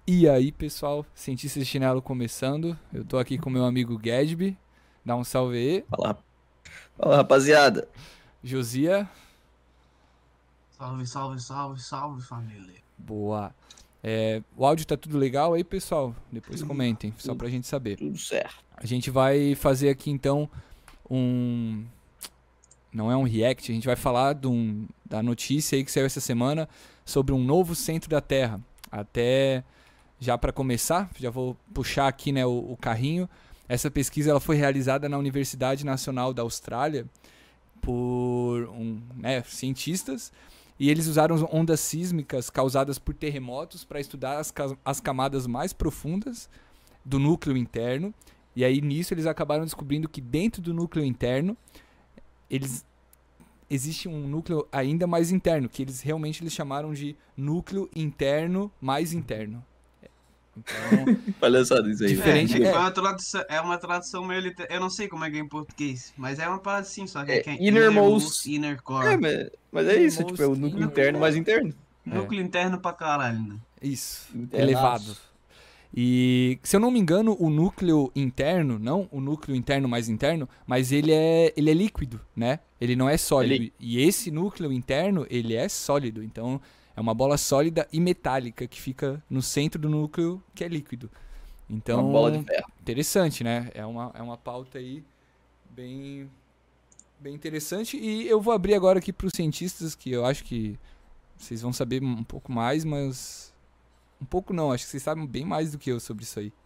E aí, pessoal, Cientista de Chinelo começando. Eu tô aqui com meu amigo Gadsby. Dá um salve aí. Fala, fala, rapaziada. Josia. Salve, salve, salve, salve, família. Boa. O áudio tá tudo legal aí, pessoal? Depois comentem, só pra gente saber. Tudo certo. A gente vai fazer aqui então um. Não é um react, a gente vai falar da notícia aí que saiu essa semana sobre um novo centro da Terra. Até já para começar, já vou puxar aqui, né, o carrinho. Essa pesquisa ela foi realizada na Universidade Nacional da Austrália por cientistas, e eles usaram ondas sísmicas causadas por terremotos para estudar as camadas mais profundas do núcleo interno. E aí nisso eles acabaram descobrindo que dentro do núcleo interno existe um núcleo ainda mais interno, que eles chamaram de núcleo interno mais interno. Então, Palhaçada isso aí. Diferente, Foi uma tradução meio eu não sei como é que é em português, mas é uma parada assim, só que é innermost, inner core. mas é isso, tipo, é o núcleo interno mais interno. Núcleo interno pra caralho, né? Isso, Internaço. elevado. E, se eu não me engano, o núcleo interno, não o núcleo interno mais interno, mas ele é líquido, né? Ele não é sólido. E esse núcleo interno, ele é sólido. Então, é uma bola sólida e metálica que fica no centro do núcleo, que é líquido. Então, Uma bola de ferro. interessante, né? É uma pauta aí bem interessante. E eu vou abrir agora aqui para os cientistas, que eu acho que vocês vão saber um pouco mais, mas... Um pouco não, acho que vocês sabem bem mais do que eu sobre isso aí.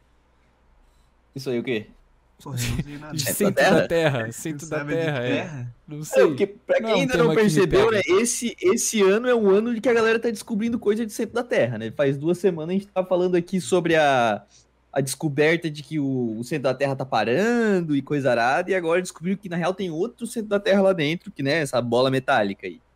Isso aí o quê? Porra, eu não sei nada. Centro da Terra. Centro da Sabe de Terra, terra? Não sei. Porque pra quem um ainda tema não que me percebeu, pega. né, esse ano é um ano de que a galera tá descobrindo coisa de centro da Terra, né? Faz 2 semanas a gente tá falando aqui sobre a descoberta de que o centro da Terra tá parando e coisa arada, e agora descobriu que na real tem outro centro da Terra lá dentro, que, né, essa bola metálica aí.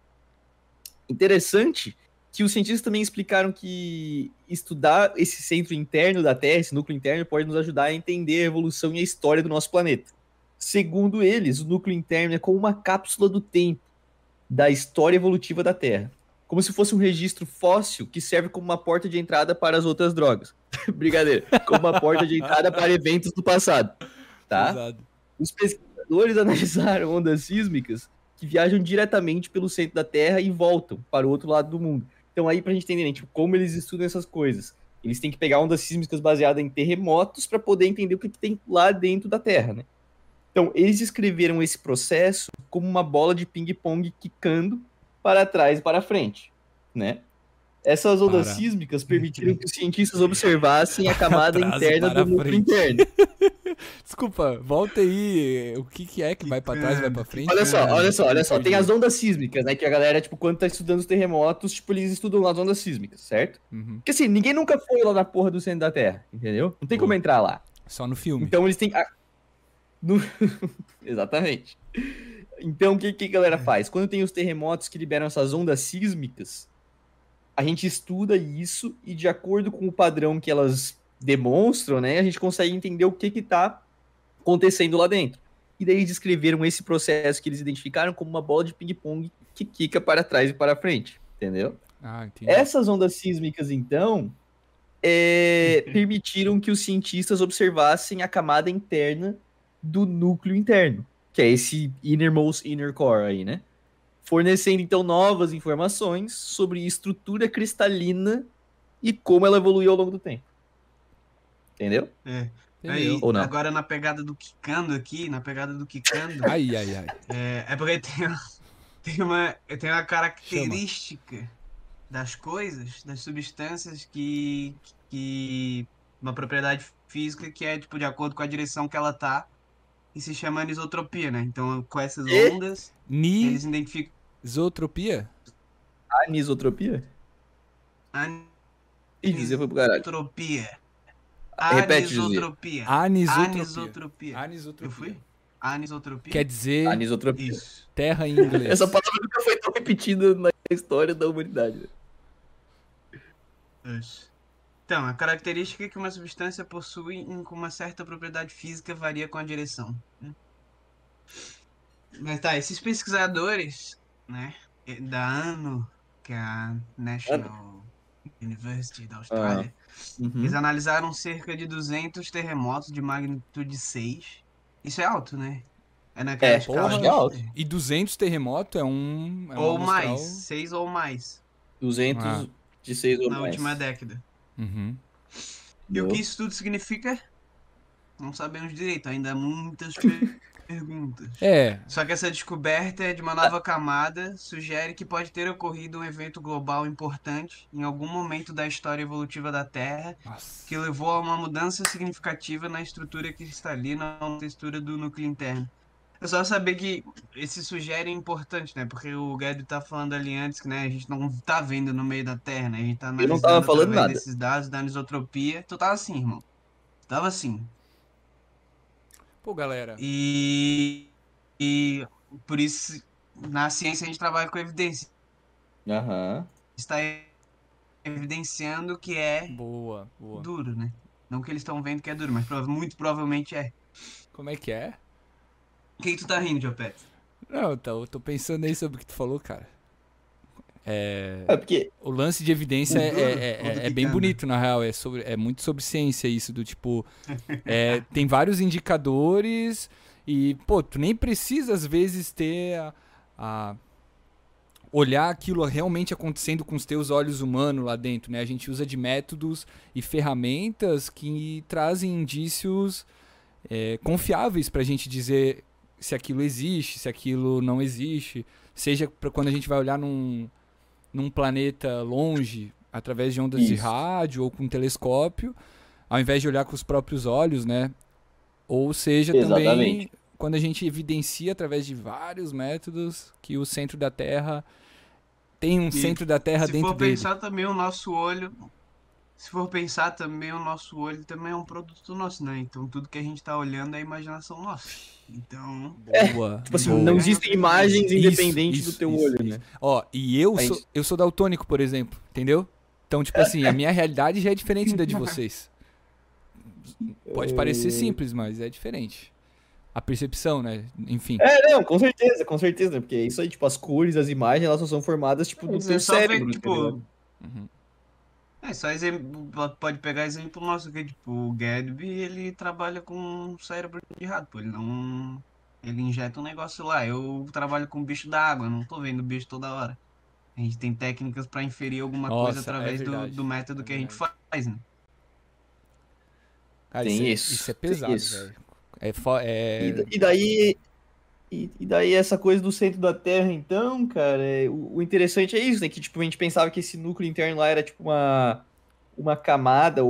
Interessante que os cientistas também explicaram que estudar esse centro interno da Terra, esse núcleo interno, pode nos ajudar a entender a evolução e a história do nosso planeta. Segundo eles, o núcleo interno é como uma cápsula do tempo da história evolutiva da Terra. Como se fosse um registro fóssil que serve como uma porta de entrada para as outras drogas. Brincadeira. Como uma porta de entrada para eventos do passado. Tá? Pesado. Os pesquisadores analisaram ondas sísmicas que viajam diretamente pelo centro da Terra e voltam para o outro lado do mundo. Então aí pra gente entender, né, tipo, como eles estudam essas coisas. Eles têm que pegar ondas sísmicas baseadas em terremotos para poder entender o que tem lá dentro da Terra, né? Então, eles escreveram esse processo como uma bola de ping-pong quicando para trás e para frente, né? Essas ondas sísmicas permitiram que os cientistas observassem a camada interna do núcleo interno. Desculpa, volta aí. O que é que vai pra trás e vai pra frente? Olha só. Tem as ondas sísmicas, né? Que a galera, tipo, quando tá estudando os terremotos, tipo, eles estudam as ondas sísmicas, certo? Uhum. Porque assim, ninguém nunca foi lá na porra do centro da Terra, entendeu? Não tem como entrar lá. Só no filme. Então eles têm... Exatamente. Então, o que a galera faz? Quando tem os terremotos que liberam essas ondas sísmicas, a gente estuda isso e, de acordo com o padrão que elas demonstram, né, a gente consegue entender o que tá acontecendo lá dentro. E daí eles descreveram esse processo que eles identificaram como uma bola de ping-pong que quica para trás e para frente, entendeu? Entendi. Essas ondas sísmicas, então, permitiram que os cientistas observassem a camada interna do núcleo interno, que é esse innermost inner core aí, né? Fornecendo, então, novas informações sobre estrutura cristalina e como ela evoluiu ao longo do tempo. Entendeu? Aí, Ou não? agora na pegada do Kikando aqui, Ai. é porque tem uma característica das coisas, das substâncias que uma propriedade física que é, tipo, de acordo com a direção que ela tá, e se chama anisotropia, né? Então, com essas ondas, eles identificam Isotropia? Anisotropia? Ih, José foi pro caralho. anisotropia. Repete, José. Anisotropia. Eu fui? Anisotropia? Quer dizer Anisotropia. Isso. terra em inglês. Essa palavra nunca foi tão repetida na história da humanidade. Isso. Então, a característica que uma substância possui com uma certa propriedade física varia com a direção, né? Mas tá, esses pesquisadores, né, da ANO, que é a National University da Austrália, Uhum. eles analisaram cerca de 200 terremotos de magnitude 6. Isso é alto, né? É naquela É, escala acho porra. que é de alto. E 200 terremoto é uma ou mais, amostral... 6 ou mais, 200 Ah, de 6 ou na última mais. década. uhum. E o que Boa. isso tudo significa? Não sabemos direito, ainda há muitas perguntas. É, Só que essa descoberta de uma nova camada sugere que pode ter ocorrido um evento global importante em algum momento da história evolutiva da Terra que nossa. levou a uma mudança significativa na estrutura cristalina ou na textura do núcleo interno. É só saber que esse sugere é importante, né? Porque o Guedes tá falando ali antes que, né, a gente não tá vendo no meio da Terra, né? A gente tá Eu não tava analisando falando através nada. desses dados da anisotropia. Tu tava assim, irmão. Tava assim. Pô, galera. E por isso, na ciência, a gente trabalha com evidência. Aham. Está evidenciando que é Boa, boa. duro, né? Não que eles estão vendo que é duro, mas muito provavelmente é. Como é que é? O que tu tá rindo, Jopet? Não, eu tô pensando aí sobre o que tu falou, cara. É, É porque. o lance de evidência Do duro ou do é bem quicando? bonito, na real. É muito sobre ciência isso, do tipo. Tem vários indicadores e, pô, tu nem precisa, às vezes, ter a olhar aquilo realmente acontecendo com os teus olhos humanos lá dentro, né? A gente usa de métodos e ferramentas que trazem indícios confiáveis pra gente dizer se aquilo existe, se aquilo não existe. Seja pra quando a gente vai olhar num planeta longe, através de ondas de Isso. rádio ou com um telescópio, ao invés de olhar com os próprios olhos, né? Ou seja, Exatamente. também quando a gente evidencia através de vários métodos que o centro da Terra tem um E centro da Terra se dentro for dele. pensar também o nosso olho, se for pensar também o nosso olho também é um produto nosso, né? Então tudo que a gente tá olhando é a imaginação nossa. Então, Boa, Tipo assim, não boa. ganha existem outra visão. imagens independentes do teu olho, Isso. né? Ó, e eu A sou, gente... eu sou daltônico, por exemplo, entendeu? Então, tipo assim, a minha realidade já é diferente da de vocês. Pode parecer simples, mas é diferente. A percepção, né? Enfim. Não, com certeza, né? Porque é isso aí, tipo, as cores, as imagens, elas só são formadas, tipo, do Você teu só vê, cérebro, tá tipo, ligado? Uhum. só exemplo, pode pegar exemplo nosso, que tipo, o Gatsby, ele trabalha com um cérebro de rato, pô, ele injeta um negócio lá. Eu trabalho com bicho da água, não tô vendo bicho toda hora. A gente tem técnicas para inferir alguma coisa Nossa, é através do, verdade. do método É que a gente verdade. faz, né? Cara, Tem isso é isso, tem pesado, isso. velho. É. E daí, e daí essa coisa do centro da Terra, então, cara, o interessante é isso, né? Que, tipo, a gente pensava que esse núcleo interno lá era, tipo, uma camada,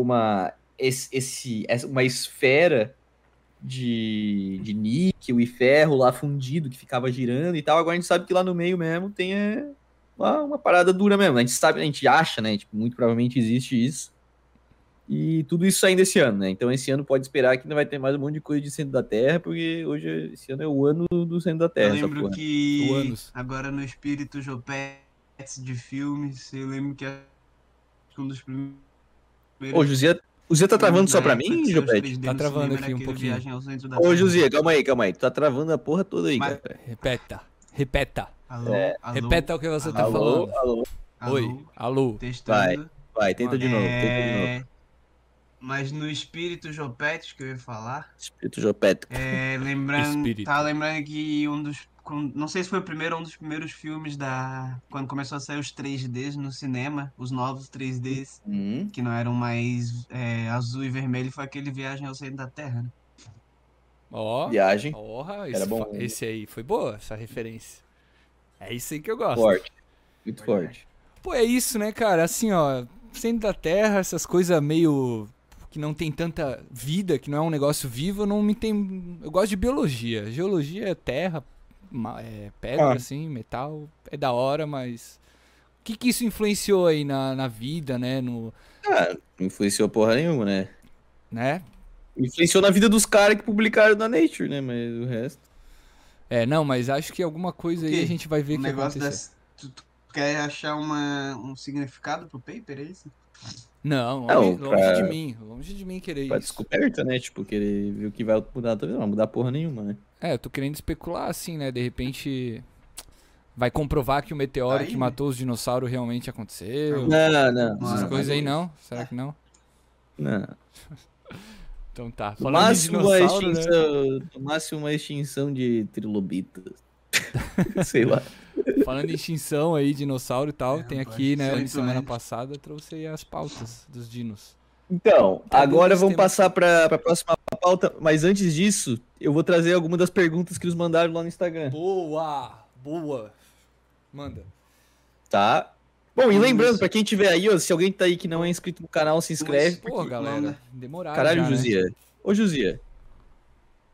uma esfera de níquel e ferro lá fundido que ficava girando e tal. Agora a gente sabe que lá no meio mesmo tem uma parada dura mesmo. A gente sabe, a gente acha, né? Tipo, muito provavelmente existe isso. E tudo isso saindo esse ano, né? Então esse ano pode esperar que ainda vai ter mais um monte de coisa de centro da Terra, porque esse ano é o ano do centro da Eu Terra, essa lembro porra. O que, ânus. agora no espírito Jopets de filmes, eu lembro que um dos Ô, primeiros O Zé tá filmes travando só da pra época que mim, saiu os Jopete? 3D Tá no travando cinema era aqui um aquele pouquinho. Viagem ao Centro da Ô, Terra. José, calma aí. Tu tá travando a porra toda aí, Mas, cara. Repeta. Repeta. alô, alô, Repeta o que você tá alô, Alô, falando. alô. Oi. alô, Alô. Vai, testando. tenta de novo, tenta de novo. É, mas no espírito Jopets que eu ia falar, Espírito Jopete. Espírito. tava lembrando que não sei se foi o primeiro ou um dos primeiros filmes quando começou a sair os 3Ds no cinema, os novos 3Ds, Hum, que não eram mais azul e vermelho, foi aquele Viagem ao Centro da Terra, né? Ó. viagem. Porra, Era bom. esse aí foi boa, essa referência. É isso aí que eu gosto. Forte. Muito forte. Pô, é isso, né, cara? Assim, ó, centro da Terra, essas coisas meio que não tem tanta vida, que não é um negócio vivo, não me tem. Eu gosto de biologia. Geologia é terra, pedra, Ah. assim, metal, é da hora, mas o que isso influenciou aí na vida, né? Não influenciou porra nenhuma, né? Né? Influenciou na vida dos caras que publicaram na Nature, né? Mas o resto. Não, mas acho que alguma coisa O aí a quê? gente vai ver O que negócio aconteceu. tu quer achar um significado pro paper, é isso? Não, Não, longe de mim querer pra isso. descoberta, né? Tipo, querer ver o que vai mudar, não vai mudar porra nenhuma, né? Eu tô querendo especular assim, né? De repente vai comprovar que o meteoro Aí, que né? matou os dinossauros realmente aconteceu. Não, não. Essas Mano, coisas aí mas- não? Será que não? Não. Então tá. No Falando em máximo, dinossauro, né? no máximo uma extinção de trilobitas. Sei lá. Falando em extinção aí, dinossauro e tal, É, tem pode aqui, né? ser Na semana influente. passada trouxe aí as pautas dos dinos. Então, Tá agora dando vamos esse tema passar para a próxima pauta, mas antes disso, eu vou trazer algumas das perguntas que nos mandaram lá no Instagram, Boa! Boa! Manda. tá? Bom, e lembrando, Isso. pra quem tiver aí, ó, se alguém tá aí que não é inscrito no canal, se inscreve. Pô, galera, demoraram Caralho, já, né? Josia. Ô, Josia,